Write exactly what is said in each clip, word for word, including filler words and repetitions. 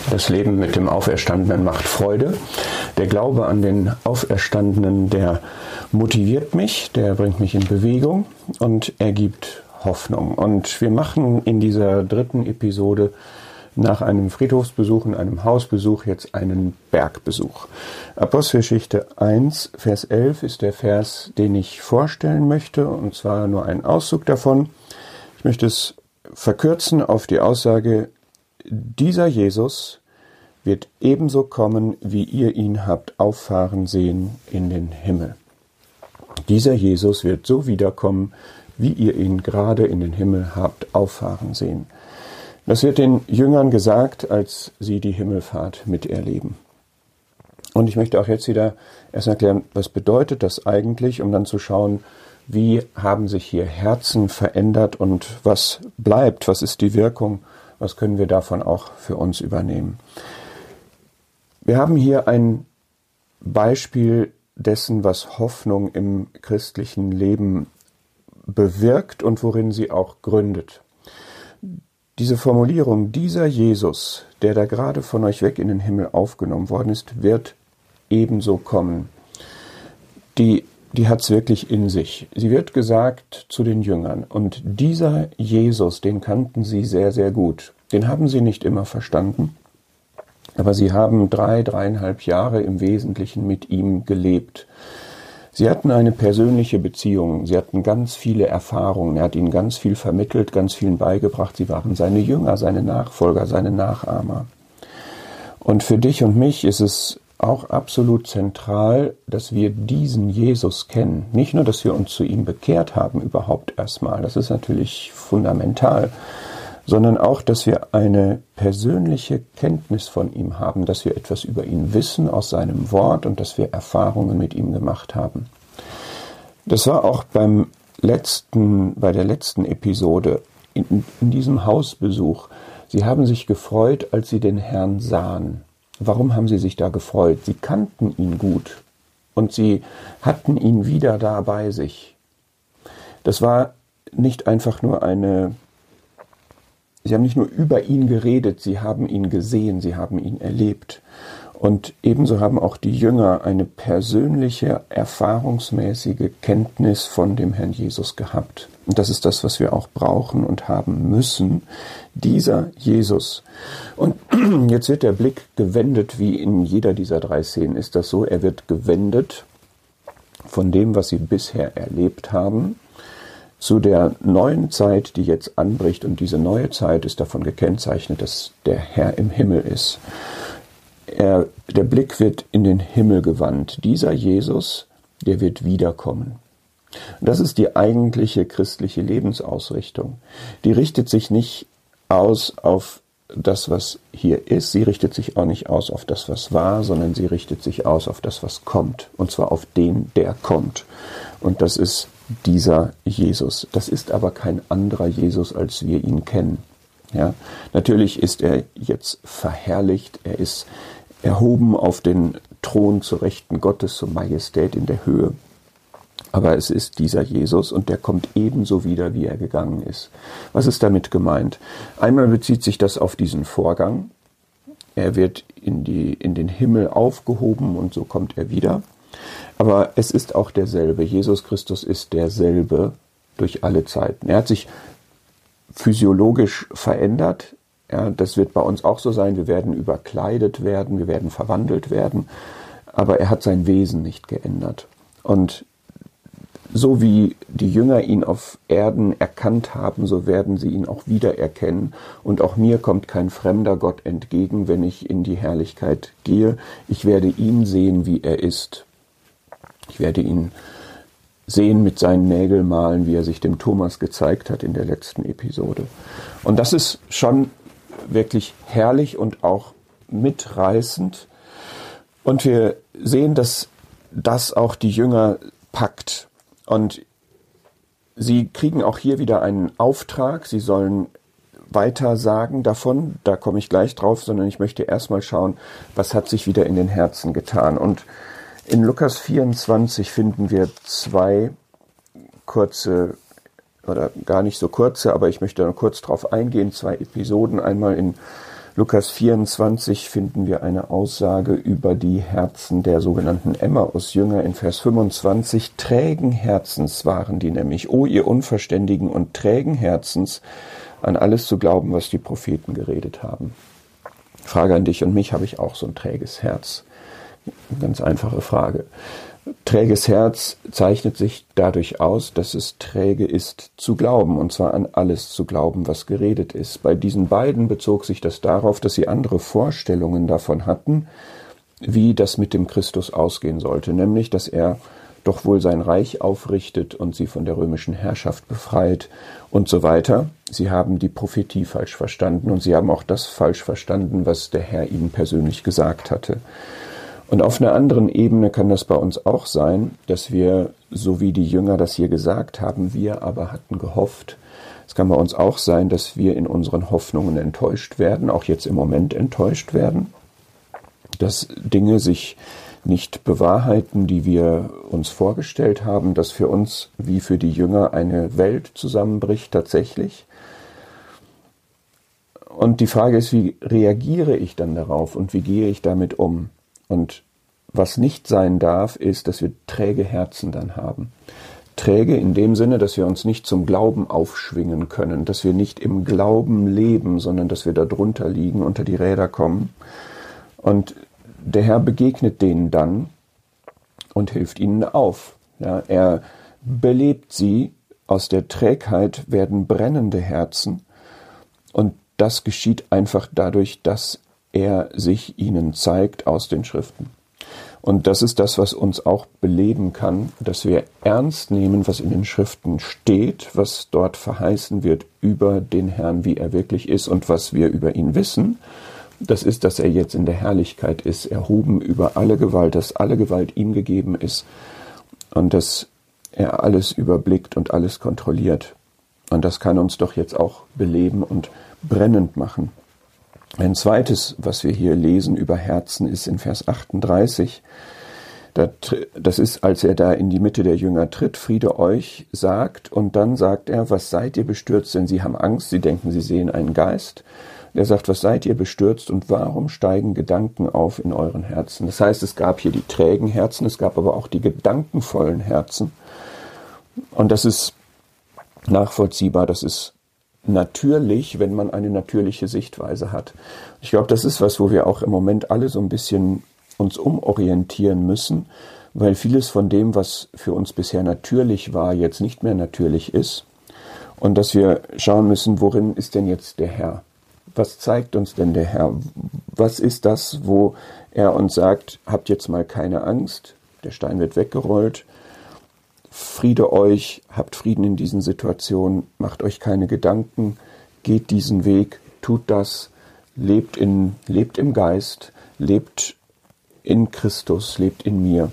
Das Leben mit dem Auferstandenen macht Freude. Der Glaube an den Auferstandenen, der motiviert mich, der bringt mich in Bewegung und er gibt Hoffnung. Und wir machen in dieser dritten Episode nach einem Friedhofsbesuch, in einem Hausbesuch jetzt einen Bergbesuch. Apostelgeschichte eins, Vers elf ist der Vers, den ich vorstellen möchte, und zwar nur ein Auszug davon. Ich möchte es verkürzen auf die Aussage: Dieser Jesus wird ebenso kommen, wie ihr ihn habt auffahren sehen in den Himmel. Dieser Jesus wird so wiederkommen, wie ihr ihn gerade in den Himmel habt auffahren sehen. Das wird den Jüngern gesagt, als sie die Himmelfahrt miterleben. Und ich möchte auch jetzt wieder erst erklären, was bedeutet das eigentlich, um dann zu schauen, wie haben sich hier Herzen verändert und was bleibt, was ist die Wirkung, was können wir davon auch für uns übernehmen. Wir haben hier ein Beispiel dessen, was Hoffnung im christlichen Leben bewirkt und worin sie auch gründet. Diese Formulierung, dieser Jesus, der da gerade von euch weg in den Himmel aufgenommen worden ist, wird ebenso kommen. Die, die hat es wirklich in sich. Sie wird gesagt zu den Jüngern. Und dieser Jesus, den kannten sie sehr, sehr gut. Den haben sie nicht immer verstanden. Aber sie haben drei, dreieinhalb Jahre im Wesentlichen mit ihm gelebt. Sie hatten eine persönliche Beziehung, sie hatten ganz viele Erfahrungen, er hat ihnen ganz viel vermittelt, ganz vielen beigebracht, sie waren seine Jünger, seine Nachfolger, seine Nachahmer. Und für dich und mich ist es auch absolut zentral, dass wir diesen Jesus kennen. Nicht nur, dass wir uns zu ihm bekehrt haben überhaupt erstmal, das ist natürlich fundamental, sondern auch, dass wir eine persönliche Kenntnis von ihm haben, dass wir etwas über ihn wissen aus seinem Wort und dass wir Erfahrungen mit ihm gemacht haben. Das war auch beim letzten, bei der letzten Episode in, in diesem Hausbesuch. Sie haben sich gefreut, als sie den Herrn sahen. Warum haben sie sich da gefreut? Sie kannten ihn gut und sie hatten ihn wieder da bei sich. Das war nicht einfach nur eine Sie haben nicht nur über ihn geredet, sie haben ihn gesehen, sie haben ihn erlebt. Und ebenso haben auch die Jünger eine persönliche, erfahrungsmäßige Kenntnis von dem Herrn Jesus gehabt. Und das ist das, was wir auch brauchen und haben müssen, dieser Jesus. Und jetzt wird der Blick gewendet, wie in jeder dieser drei Szenen ist das so, er wird gewendet von dem, was sie bisher erlebt haben, zu der neuen Zeit, die jetzt anbricht, und diese neue Zeit ist davon gekennzeichnet, dass der Herr im Himmel ist. Er, der Blick wird in den Himmel gewandt. Dieser Jesus, der wird wiederkommen. Das ist die eigentliche christliche Lebensausrichtung. Die richtet sich nicht aus auf das, was hier ist. Sie richtet sich auch nicht aus auf das, was war, sondern sie richtet sich aus auf das, was kommt. Und zwar auf den, der kommt. Und das ist dieser Jesus. Das ist aber kein anderer Jesus, als wir ihn kennen. Ja, natürlich ist er jetzt verherrlicht, er ist erhoben auf den Thron zur Rechten Gottes, zur Majestät in der Höhe. Aber es ist dieser Jesus und der kommt ebenso wieder, wie er gegangen ist. Was ist damit gemeint? Einmal bezieht sich das auf diesen Vorgang. Er wird in die, in den Himmel aufgehoben und so kommt er wieder. Aber es ist auch derselbe. Jesus Christus ist derselbe durch alle Zeiten. Er hat sich physiologisch verändert. Ja, das wird bei uns auch so sein. Wir werden überkleidet werden, wir werden verwandelt werden. Aber er hat sein Wesen nicht geändert. Und so wie die Jünger ihn auf Erden erkannt haben, so werden sie ihn auch wiedererkennen. Und auch mir kommt kein fremder Gott entgegen, wenn ich in die Herrlichkeit gehe. Ich werde ihn sehen, wie er ist. Ich werde ihn sehen mit seinen Nägelmalen, wie er sich dem Thomas gezeigt hat in der letzten Episode. Und das ist schon wirklich herrlich und auch mitreißend. Und wir sehen, dass das auch die Jünger packt. Und sie kriegen auch hier wieder einen Auftrag. Sie sollen weiter sagen davon, da komme ich gleich drauf, sondern ich möchte erstmal schauen, was hat sich wieder in den Herzen getan. Und in Lukas vierundzwanzig finden wir zwei kurze, oder gar nicht so kurze, aber ich möchte da kurz drauf eingehen, zwei Episoden. Einmal in Lukas vierundzwanzig finden wir eine Aussage über die Herzen der sogenannten Emmaus-Jünger in Vers fünfundzwanzig. Trägen Herzens waren die nämlich. O ihr Unverständigen und trägen Herzens, an alles zu glauben, was die Propheten geredet haben. Frage an dich und mich, habe ich auch so ein träges Herz? Ganz einfache Frage. Träges Herz zeichnet sich dadurch aus, dass es träge ist zu glauben, und zwar an alles zu glauben, was geredet ist. Bei diesen beiden bezog sich das darauf, dass sie andere Vorstellungen davon hatten, wie das mit dem Christus ausgehen sollte, nämlich, dass er doch wohl sein Reich aufrichtet und sie von der römischen Herrschaft befreit und so weiter. Sie haben die Prophetie falsch verstanden und sie haben auch das falsch verstanden, was der Herr ihnen persönlich gesagt hatte. Und auf einer anderen Ebene kann das bei uns auch sein, dass wir, so wie die Jünger das hier gesagt haben, wir aber hatten gehofft. Es kann bei uns auch sein, dass wir in unseren Hoffnungen enttäuscht werden, auch jetzt im Moment enttäuscht werden, dass Dinge sich nicht bewahrheiten, die wir uns vorgestellt haben, dass für uns wie für die Jünger eine Welt zusammenbricht tatsächlich. Und die Frage ist, wie reagiere ich dann darauf und wie gehe ich damit um? Und was nicht sein darf, ist, dass wir träge Herzen dann haben. Träge in dem Sinne, dass wir uns nicht zum Glauben aufschwingen können, dass wir nicht im Glauben leben, sondern dass wir da drunter liegen, unter die Räder kommen. Und der Herr begegnet denen dann und hilft ihnen auf. Ja, er belebt sie, aus der Trägheit werden brennende Herzen und das geschieht einfach dadurch, dass er sich ihnen zeigt aus den Schriften. Und das ist das, was uns auch beleben kann, dass wir ernst nehmen, was in den Schriften steht, was dort verheißen wird über den Herrn, wie er wirklich ist und was wir über ihn wissen. Das ist, dass er jetzt in der Herrlichkeit ist, erhoben über alle Gewalt, dass alle Gewalt ihm gegeben ist und dass er alles überblickt und alles kontrolliert. Und das kann uns doch jetzt auch beleben und brennend machen. Ein zweites, was wir hier lesen über Herzen, ist in Vers achtunddreißig. Das ist, als er da in die Mitte der Jünger tritt, Friede euch sagt, und dann sagt er, was seid ihr bestürzt, denn sie haben Angst, sie denken, sie sehen einen Geist. Er sagt, was seid ihr bestürzt und warum steigen Gedanken auf in euren Herzen? Das heißt, es gab hier die trägen Herzen, es gab aber auch die gedankenvollen Herzen. Und das ist nachvollziehbar, das ist natürlich, wenn man eine natürliche Sichtweise hat. Ich glaube, das ist was, wo wir auch im Moment alle so ein bisschen uns umorientieren müssen, weil vieles von dem, was für uns bisher natürlich war, jetzt nicht mehr natürlich ist. Und dass wir schauen müssen, worin ist denn jetzt der Herr? Was zeigt uns denn der Herr? Was ist das, wo er uns sagt, habt jetzt mal keine Angst, der Stein wird weggerollt, Friede euch, habt Frieden in diesen Situationen, macht euch keine Gedanken, geht diesen Weg, tut das, lebt, in, lebt im Geist, lebt in Christus, lebt in mir,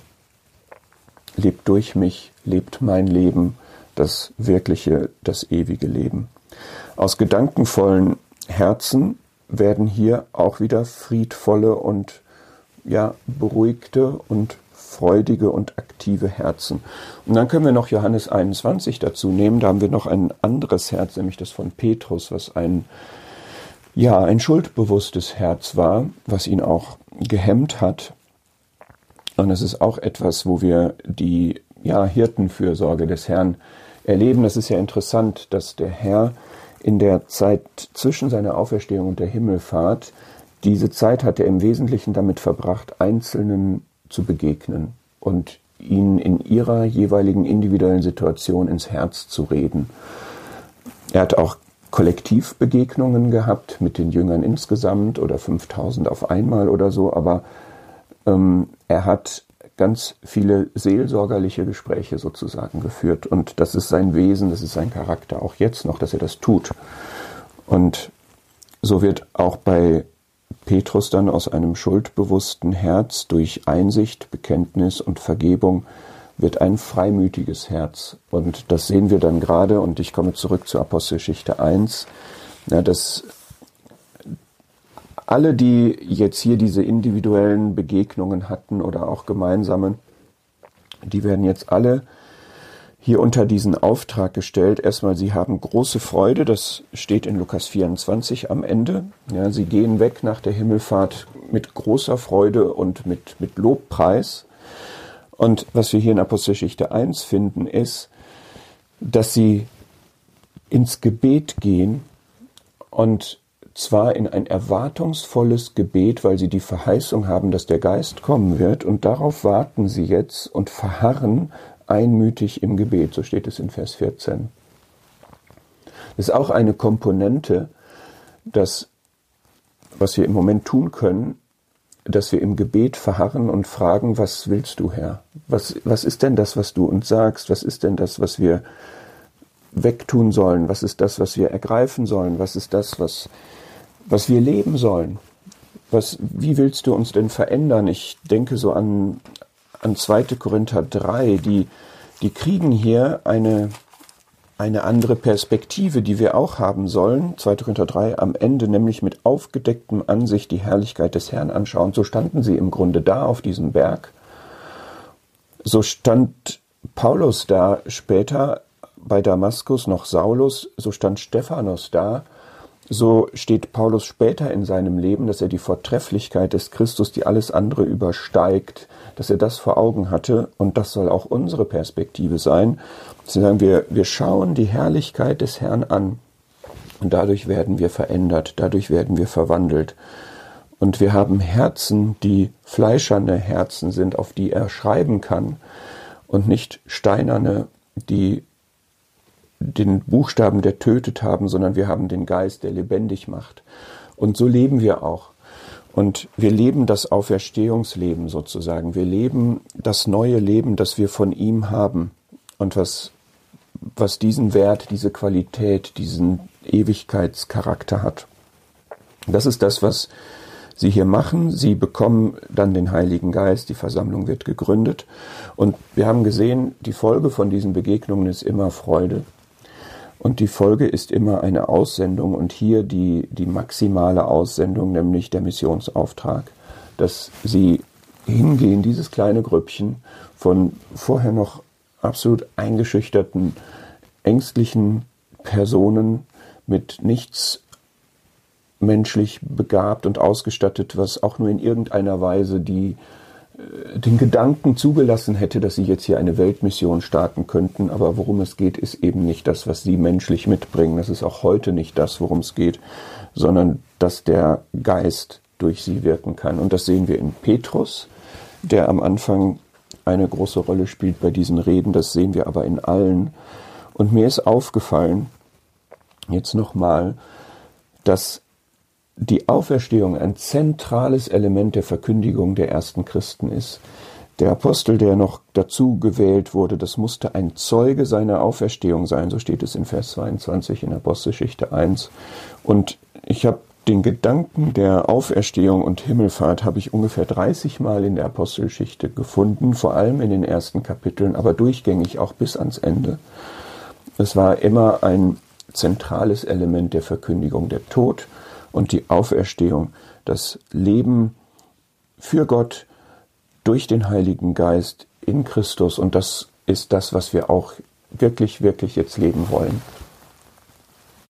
lebt durch mich, lebt mein Leben, das wirkliche, das ewige Leben. Aus gedankenvollen Herzen werden hier auch wieder friedvolle und ja, beruhigte und freudige und aktive Herzen. Und dann können wir noch Johannes einundzwanzig dazu nehmen. Da haben wir noch ein anderes Herz, nämlich das von Petrus, was ein, ja, ein schuldbewusstes Herz war, was ihn auch gehemmt hat. Und es ist auch etwas, wo wir die, ja, Hirtenfürsorge des Herrn erleben. Das ist ja interessant, dass der Herr in der Zeit zwischen seiner Auferstehung und der Himmelfahrt, diese Zeit hat er im Wesentlichen damit verbracht, Einzelnen zu begegnen und ihnen in ihrer jeweiligen individuellen Situation ins Herz zu reden. Er hat auch Kollektivbegegnungen gehabt mit den Jüngern insgesamt oder fünftausend auf einmal oder so, aber ähm, er hat ganz viele seelsorgerliche Gespräche sozusagen geführt und das ist sein Wesen, das ist sein Charakter, auch jetzt noch, dass er das tut. Und so wird auch bei Petrus dann aus einem schuldbewussten Herz durch Einsicht, Bekenntnis und Vergebung wird ein freimütiges Herz. Und das sehen wir dann gerade, und ich komme zurück zur Apostelgeschichte eins, ja, dass alle, die jetzt hier diese individuellen Begegnungen hatten oder auch gemeinsame, die werden jetzt alle hier unter diesen Auftrag gestellt. Erstmal, sie haben große Freude, das steht in Lukas vierundzwanzig am Ende. Ja, sie gehen weg nach der Himmelfahrt mit großer Freude und mit, mit Lobpreis. Und was wir hier in Apostelgeschichte eins finden, ist, dass sie ins Gebet gehen, und zwar in ein erwartungsvolles Gebet, weil sie die Verheißung haben, dass der Geist kommen wird, und darauf warten sie jetzt und verharren einmütig im Gebet, so steht es in Vers vierzehn. Das ist auch eine Komponente, dass, was wir im Moment tun können, dass wir im Gebet verharren und fragen, was willst du, Herr? Was, was ist denn das, was du uns sagst? Was ist denn das, was wir wegtun sollen? Was ist das, was wir ergreifen sollen? Was ist das, was, was wir leben sollen? Was, wie willst du uns denn verändern? Ich denke so an, an zweiter Korinther drei, die, die kriegen hier eine, eine andere Perspektive, die wir auch haben sollen. zweiter Korinther drei am Ende, nämlich mit aufgedecktem Ansicht die Herrlichkeit des Herrn anschauen. So standen sie im Grunde da auf diesem Berg. So stand Paulus da später bei Damaskus, noch Saulus, so stand Stephanus da. So steht Paulus später in seinem Leben, dass er die Vortrefflichkeit des Christus, die alles andere übersteigt, dass er das vor Augen hatte, und das soll auch unsere Perspektive sein. Sie sagen, wir, wir schauen die Herrlichkeit des Herrn an, und dadurch werden wir verändert, dadurch werden wir verwandelt. Und wir haben Herzen, die fleischerne Herzen sind, auf die er schreiben kann, und nicht steinerne, die den Buchstaben, der tötet, haben, sondern wir haben den Geist, der lebendig macht. Und so leben wir auch. Und wir leben das Auferstehungsleben sozusagen. Wir leben das neue Leben, das wir von ihm haben. Und was, was diesen Wert, diese Qualität, diesen Ewigkeitscharakter hat. Das ist das, was sie hier machen. Sie bekommen dann den Heiligen Geist, die Versammlung wird gegründet. Und wir haben gesehen, die Folge von diesen Begegnungen ist immer Freude. Und die Folge ist immer eine Aussendung, und hier die, die maximale Aussendung, nämlich der Missionsauftrag, dass sie hingehen, dieses kleine Grüppchen von vorher noch absolut eingeschüchterten, ängstlichen Personen mit nichts menschlich begabt und ausgestattet, was auch nur in irgendeiner Weise die den Gedanken zugelassen hätte, dass sie jetzt hier eine Weltmission starten könnten. Aber worum es geht, ist eben nicht das, was sie menschlich mitbringen. Das ist auch heute nicht das, worum es geht, sondern dass der Geist durch sie wirken kann. Und das sehen wir in Petrus, der am Anfang eine große Rolle spielt bei diesen Reden. Das sehen wir aber in allen. Und mir ist aufgefallen, jetzt nochmal, dass die Auferstehung ein zentrales Element der Verkündigung der ersten Christen ist. Der Apostel, der noch dazu gewählt wurde, das musste ein Zeuge seiner Auferstehung sein, so steht es in Vers zweiundzwanzig in Apostelgeschichte eins. Und ich habe den Gedanken der Auferstehung und Himmelfahrt habe ich ungefähr dreißig Mal in der Apostelgeschichte gefunden, vor allem in den ersten Kapiteln, aber durchgängig auch bis ans Ende. Es war immer ein zentrales Element der Verkündigung, der Tod und die Auferstehung, das Leben für Gott durch den Heiligen Geist in Christus. Und das ist das, was wir auch wirklich, wirklich jetzt leben wollen.